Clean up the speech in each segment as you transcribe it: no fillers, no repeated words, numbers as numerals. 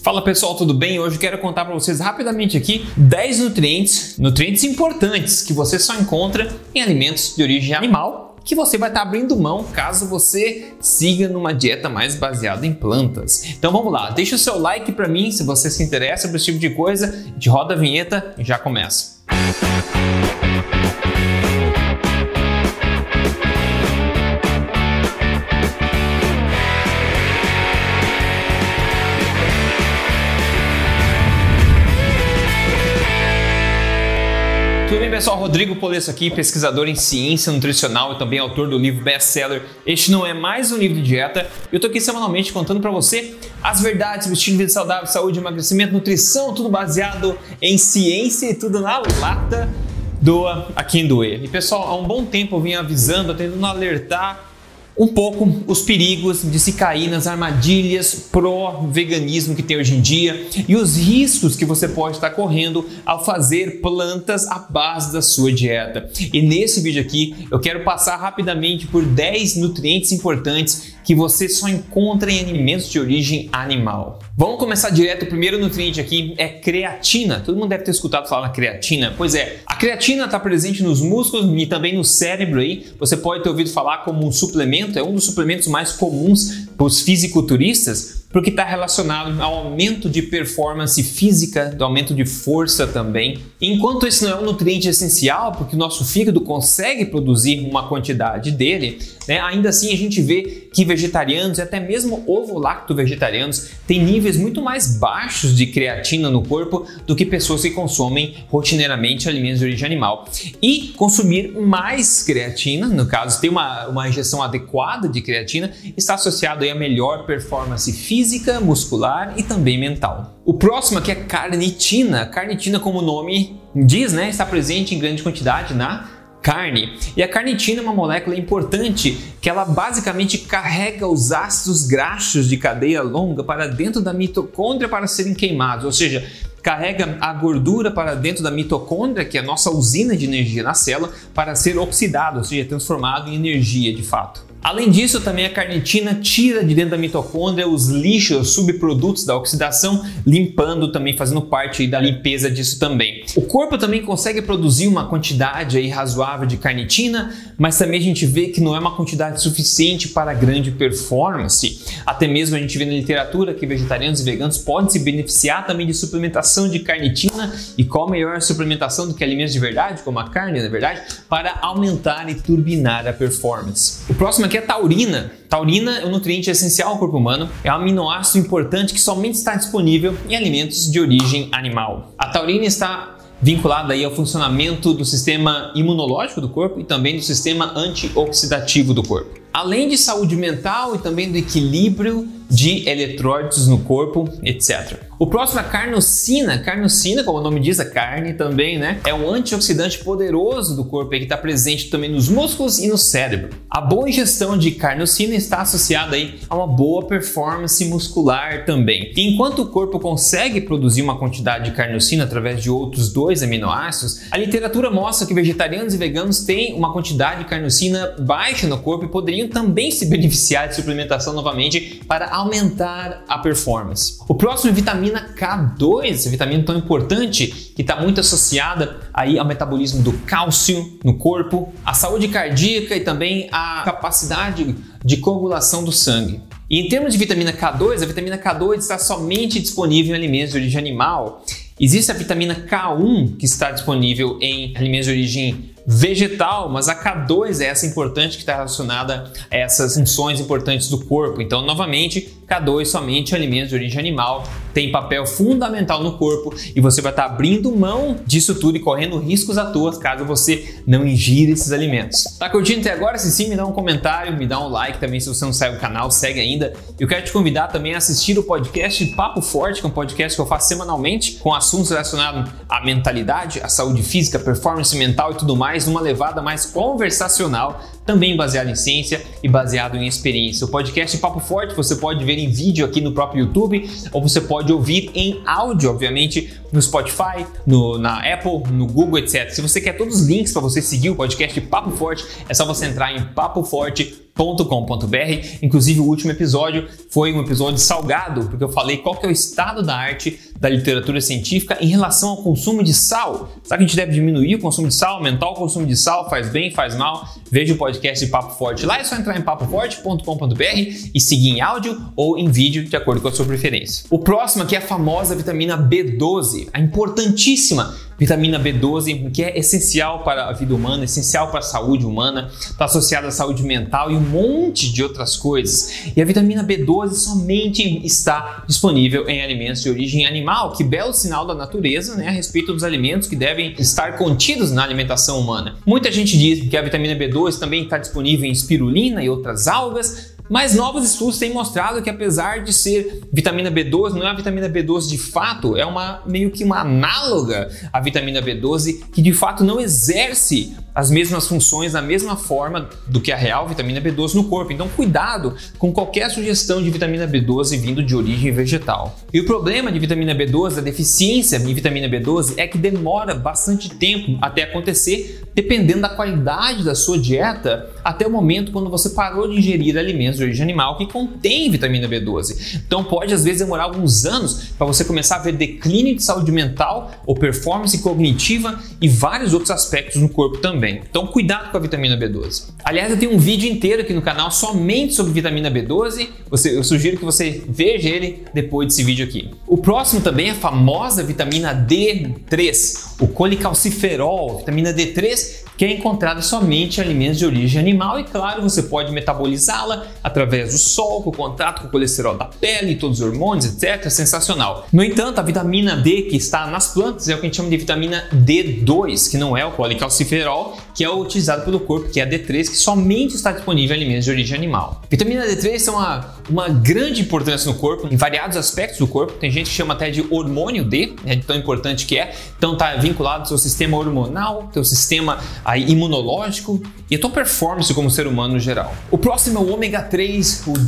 Fala pessoal, tudo bem? Hoje eu quero contar para vocês rapidamente aqui 10 nutrientes importantes que você só encontra em alimentos de origem animal, que você vai estar abrindo mão caso você siga numa dieta mais baseada em plantas. Então vamos lá, deixa o seu like para mim se você se interessa por esse tipo de coisa, a gente roda a vinheta e já começa. Tudo bem, pessoal? Rodrigo Polesso aqui, pesquisador em ciência nutricional e também autor do livro best-seller Este Não É Mais Um Livro de Dieta. Eu tô aqui semanalmente contando para você as verdades do estilo de vida saudável, saúde, emagrecimento, nutrição, tudo baseado em ciência e tudo na lata doa a quem doer. E pessoal, há um bom tempo eu vim avisando, tentando alertar um pouco os perigos de se cair nas armadilhas pró-veganismo que tem hoje em dia e os riscos que você pode estar correndo ao fazer plantas à base da sua dieta. E nesse vídeo aqui eu quero passar rapidamente por 10 nutrientes importantes que você só encontra em alimentos de origem animal. Vamos começar direto. O primeiro nutriente aqui é creatina. Todo mundo deve ter escutado falar na creatina. Pois é, a creatina está presente nos músculos e também no cérebro aí. Você pode ter ouvido falar como um suplemento, é um dos suplementos mais comuns para os fisiculturistas, porque está relacionado ao aumento de performance física, do aumento de força também. Enquanto esse não é um nutriente essencial, porque o nosso fígado consegue produzir uma quantidade dele, né, ainda assim a gente vê que vegetarianos e até mesmo ovo-lacto-vegetarianos têm níveis muito mais baixos de creatina no corpo do que pessoas que consomem rotineiramente alimentos de origem animal. E consumir mais creatina, no caso ter uma injeção adequada de creatina, está associado aí a melhor performance física, muscular e também mental. O próximo aqui é carnitina. Carnitina, como o nome diz, né, está presente em grande quantidade na carne. E a carnitina é uma molécula importante que ela basicamente carrega os ácidos graxos de cadeia longa para dentro da mitocôndria para serem queimados, ou seja, carrega a gordura para dentro da mitocôndria, que é a nossa usina de energia na célula, para ser oxidado, ou seja, transformado em energia de fato. Além disso, também a carnitina tira de dentro da mitocôndria os lixos, os subprodutos da oxidação, limpando também, fazendo parte aí da limpeza disso também. O corpo também consegue produzir uma quantidade aí razoável de carnitina, mas também a gente vê que não é uma quantidade suficiente para grande performance. Até mesmo a gente vê na literatura que vegetarianos e veganos podem se beneficiar também de suplementação de carnitina. E qual a melhor suplementação do que alimentos de verdade, como a carne, na verdade, para aumentar e turbinar a performance. O próximo aqui é a taurina. Taurina é um nutriente essencial ao corpo humano, é um aminoácido importante que somente está disponível em alimentos de origem animal. A taurina está vinculada aí ao funcionamento do sistema imunológico do corpo e também do sistema antioxidativo do corpo. Além de saúde mental e também do equilíbrio de eletrólitos no corpo, etc. O próximo é a carnosina. Carnosina, como o nome diz, a carne também, né? É um antioxidante poderoso do corpo que está presente também nos músculos e no cérebro. A boa ingestão de carnosina está associada aí a uma boa performance muscular também. E enquanto o corpo consegue produzir uma quantidade de carnosina através de outros dois aminoácidos, a literatura mostra que vegetarianos e veganos têm uma quantidade de carnosina baixa no corpo e poderiam também se beneficiar de suplementação novamente para aumentar a performance. O próximo é a vitamina K2, essa vitamina tão importante que está muito associada aí ao metabolismo do cálcio no corpo, à saúde cardíaca e também à capacidade de coagulação do sangue. E em termos de vitamina K2, a vitamina K2 está somente disponível em alimentos de origem animal. Existe a vitamina K1 que está disponível em alimentos de origem vegetal, mas a K2 é essa importante que está relacionada a essas funções importantes do corpo. Então, novamente, K2 somente alimentos de origem animal tem papel fundamental no corpo e você vai estar abrindo mão disso tudo e correndo riscos à toa caso você não ingira esses alimentos. Tá curtindo até agora? Se sim, me dá um comentário, me dá um like também. Se você não segue o canal, segue ainda. Eu quero te convidar também a assistir o podcast Papo Forte, que é um podcast que eu faço semanalmente com assuntos relacionados à mentalidade, à saúde física, performance mental e tudo mais, numa levada mais conversacional também baseado em ciência e baseado em experiência. O podcast Papo Forte você pode ver em vídeo aqui no próprio YouTube, ou você pode ouvir em áudio, obviamente, no Spotify, na Apple, no Google, etc. Se você quer todos os links para você seguir o podcast Papo Forte, é só você entrar em papoforte.com.br. Inclusive, o último episódio foi um episódio salgado, porque eu falei qual que é o estado da arte da literatura científica em relação ao consumo de sal. Será que a gente deve diminuir o consumo de sal, aumentar o consumo de sal, faz bem, faz mal? Veja o podcast de Papo Forte lá, é só entrar em papoforte.com.br e seguir em áudio ou em vídeo, de acordo com a sua preferência. O próximo aqui é a famosa vitamina B12, a importantíssima vitamina B12, que é essencial para a vida humana, essencial para a saúde humana, está associada à saúde mental e um monte de outras coisas. E a vitamina B12 somente está disponível em alimentos de origem animal. Que belo sinal da natureza, né, a respeito dos alimentos que devem estar contidos na alimentação humana. Muita gente diz que a vitamina B12 também está disponível em espirulina e outras algas, mas novos estudos têm mostrado que, apesar de ser vitamina B12, não é a vitamina B12 de fato, é meio que uma análoga à vitamina B12 que de fato não exerce as mesmas funções da mesma forma do que a real vitamina B12 no corpo. Então, cuidado com qualquer sugestão de vitamina B12 vindo de origem vegetal. E o problema de vitamina B12, a deficiência em vitamina B12, é que demora bastante tempo até acontecer, dependendo da qualidade da sua dieta, até o momento quando você parou de ingerir alimentos de origem animal que contém vitamina B12. Então, pode às vezes demorar alguns anos para você começar a ver declínio de saúde mental ou performance cognitiva e vários outros aspectos no corpo também. Então, cuidado com a vitamina B12. Aliás, eu tenho um vídeo inteiro aqui no canal somente sobre vitamina B12. Eu sugiro que você veja ele depois desse vídeo aqui. O próximo também é a famosa vitamina D3, o colicalciferol, vitamina D3, que é encontrada somente em alimentos de origem animal e, claro, você pode metabolizá-la através do sol, com o contato com o colesterol da pele, todos os hormônios, etc. Sensacional. No entanto, a vitamina D que está nas plantas é o que a gente chama de vitamina D2, que não é o colicalciferol, que é o utilizado pelo corpo, que é a D3, que somente está disponível em alimentos de origem animal. Vitamina D3 tem uma grande importância no corpo, em variados aspectos do corpo. Tem gente que chama até de hormônio D, de tão importante que é. Então está vinculado ao seu sistema hormonal, teu sistema imunológico e a tua performance como ser humano no geral. O próximo é o ômega 3, o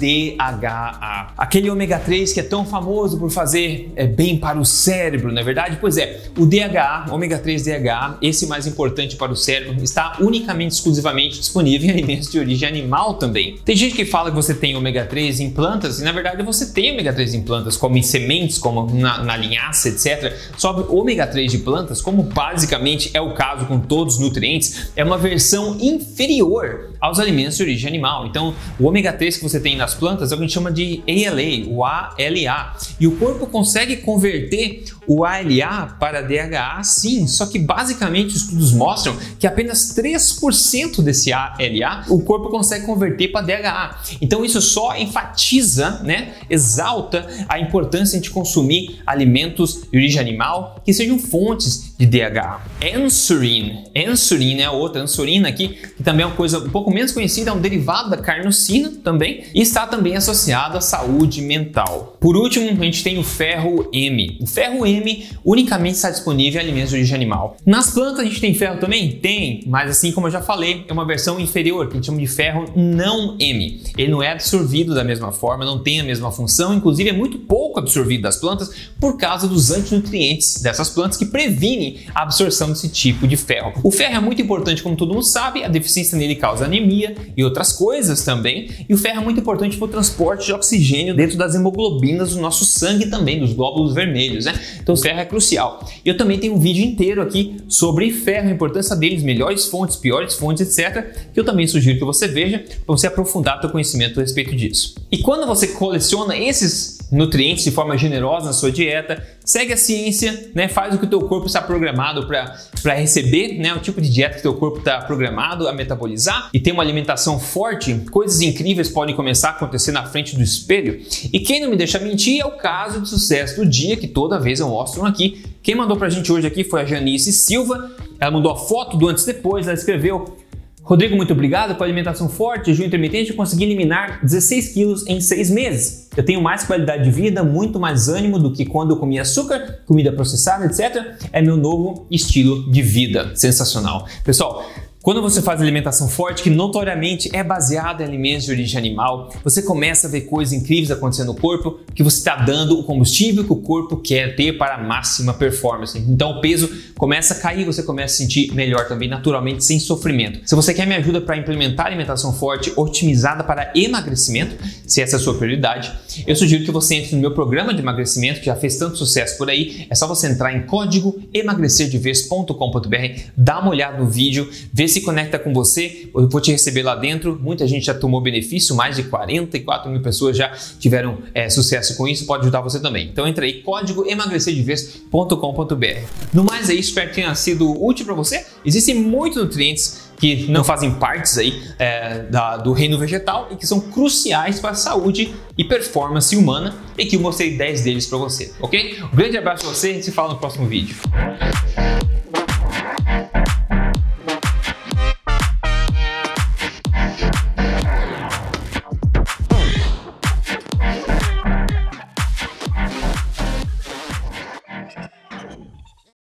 DHA. Aquele ômega 3 que é tão famoso por fazer bem para o cérebro, não é verdade? Pois é, o DHA, ômega 3 DHA, esse mais importante para o cérebro, está unicamente, exclusivamente disponível em alimentos de origem animal também. Tem gente que fala que você tem ômega 3 em plantas e na verdade você tem ômega 3 em plantas, como em sementes, como na linhaça, etc. Só que o ômega 3 de plantas, como basicamente é o caso com todos os nutrientes, é uma versão inferior aos alimentos de origem animal. Então, o ômega 3 que você tem nas plantas é o que a gente chama de ALA, o ALA. E o corpo consegue converter o ALA para DHA, sim, só que basicamente os estudos mostram que apenas 3% desse ALA o corpo consegue converter para DHA. Então, isso só enfatiza, exalta a importância de a gente consumir alimentos de origem animal que sejam fontes de DHA. Ansurina é a outra, ansurina aqui, que também é uma coisa um pouco menos conhecida, é um derivado da carnosina também, e está também associado à saúde mental. Por último, a gente tem o ferro M. O ferro M unicamente está disponível em alimentos de origem animal. Nas plantas a gente tem ferro também? Tem, mas assim como eu já falei, é uma versão inferior, que a gente chama de ferro não M. Ele não é absorvido da mesma forma, não tem a mesma função, inclusive é muito pouco absorvido das plantas por causa dos antinutrientes dessas plantas que previnem a absorção desse tipo de ferro. O ferro é muito importante, como todo mundo sabe, a deficiência nele causa anemia e outras coisas também, e o ferro é muito importante para o transporte de oxigênio dentro das hemoglobinas do nosso sangue também, dos glóbulos vermelhos, Então o ferro é crucial. Eu também tenho um vídeo inteiro aqui sobre ferro, a importância deles, melhores fontes, piores fontes, etc., que eu também sugiro que você veja para você aprofundar seu conhecimento a respeito disso. E quando você coleciona esses nutrientes de forma generosa na sua dieta, segue a ciência, faz o que o teu corpo está programado para receber, o tipo de dieta que o teu corpo está programado a metabolizar, e tem uma alimentação forte, coisas incríveis podem começar a acontecer na frente do espelho. E quem não me deixa mentir é o caso de sucesso do dia, que toda vez eu mostro aqui. Quem mandou pra gente hoje aqui foi a Janice Silva. Ela mandou a foto do antes e depois, ela escreveu: Rodrigo, muito obrigado. Com a alimentação forte, jejum intermitente, eu consegui eliminar 16 quilos em 6 meses. Eu tenho mais qualidade de vida, muito mais ânimo do que quando eu comia açúcar, comida processada, etc. É meu novo estilo de vida. Sensacional. Pessoal, Quando você faz alimentação forte, que notoriamente é baseada em alimentos de origem animal, você começa a ver coisas incríveis acontecendo no corpo, que você está dando o combustível que o corpo quer ter para a máxima performance. Então o peso começa a cair, você começa a se sentir melhor também, naturalmente, sem sofrimento. Se você quer minha ajuda para implementar alimentação forte otimizada para emagrecimento, se essa é a sua prioridade, eu sugiro que você entre no meu programa de emagrecimento, que já fez tanto sucesso por aí. É só você entrar em código emagrecerdevez.com.br, dá uma olhada no vídeo, vê se conecta com você, eu vou te receber lá dentro. Muita gente já tomou benefício, mais de 44 mil pessoas já tiveram sucesso com isso, pode ajudar você também. Então entra aí, código emagrecerdevez.com.br. No mais é isso, espero que tenha sido útil para você. Existem muitos nutrientes que não fazem partes aí do reino vegetal e que são cruciais para a saúde e performance humana, e que eu mostrei 10 deles para você, ok? Um grande abraço para você e a gente se fala no próximo vídeo.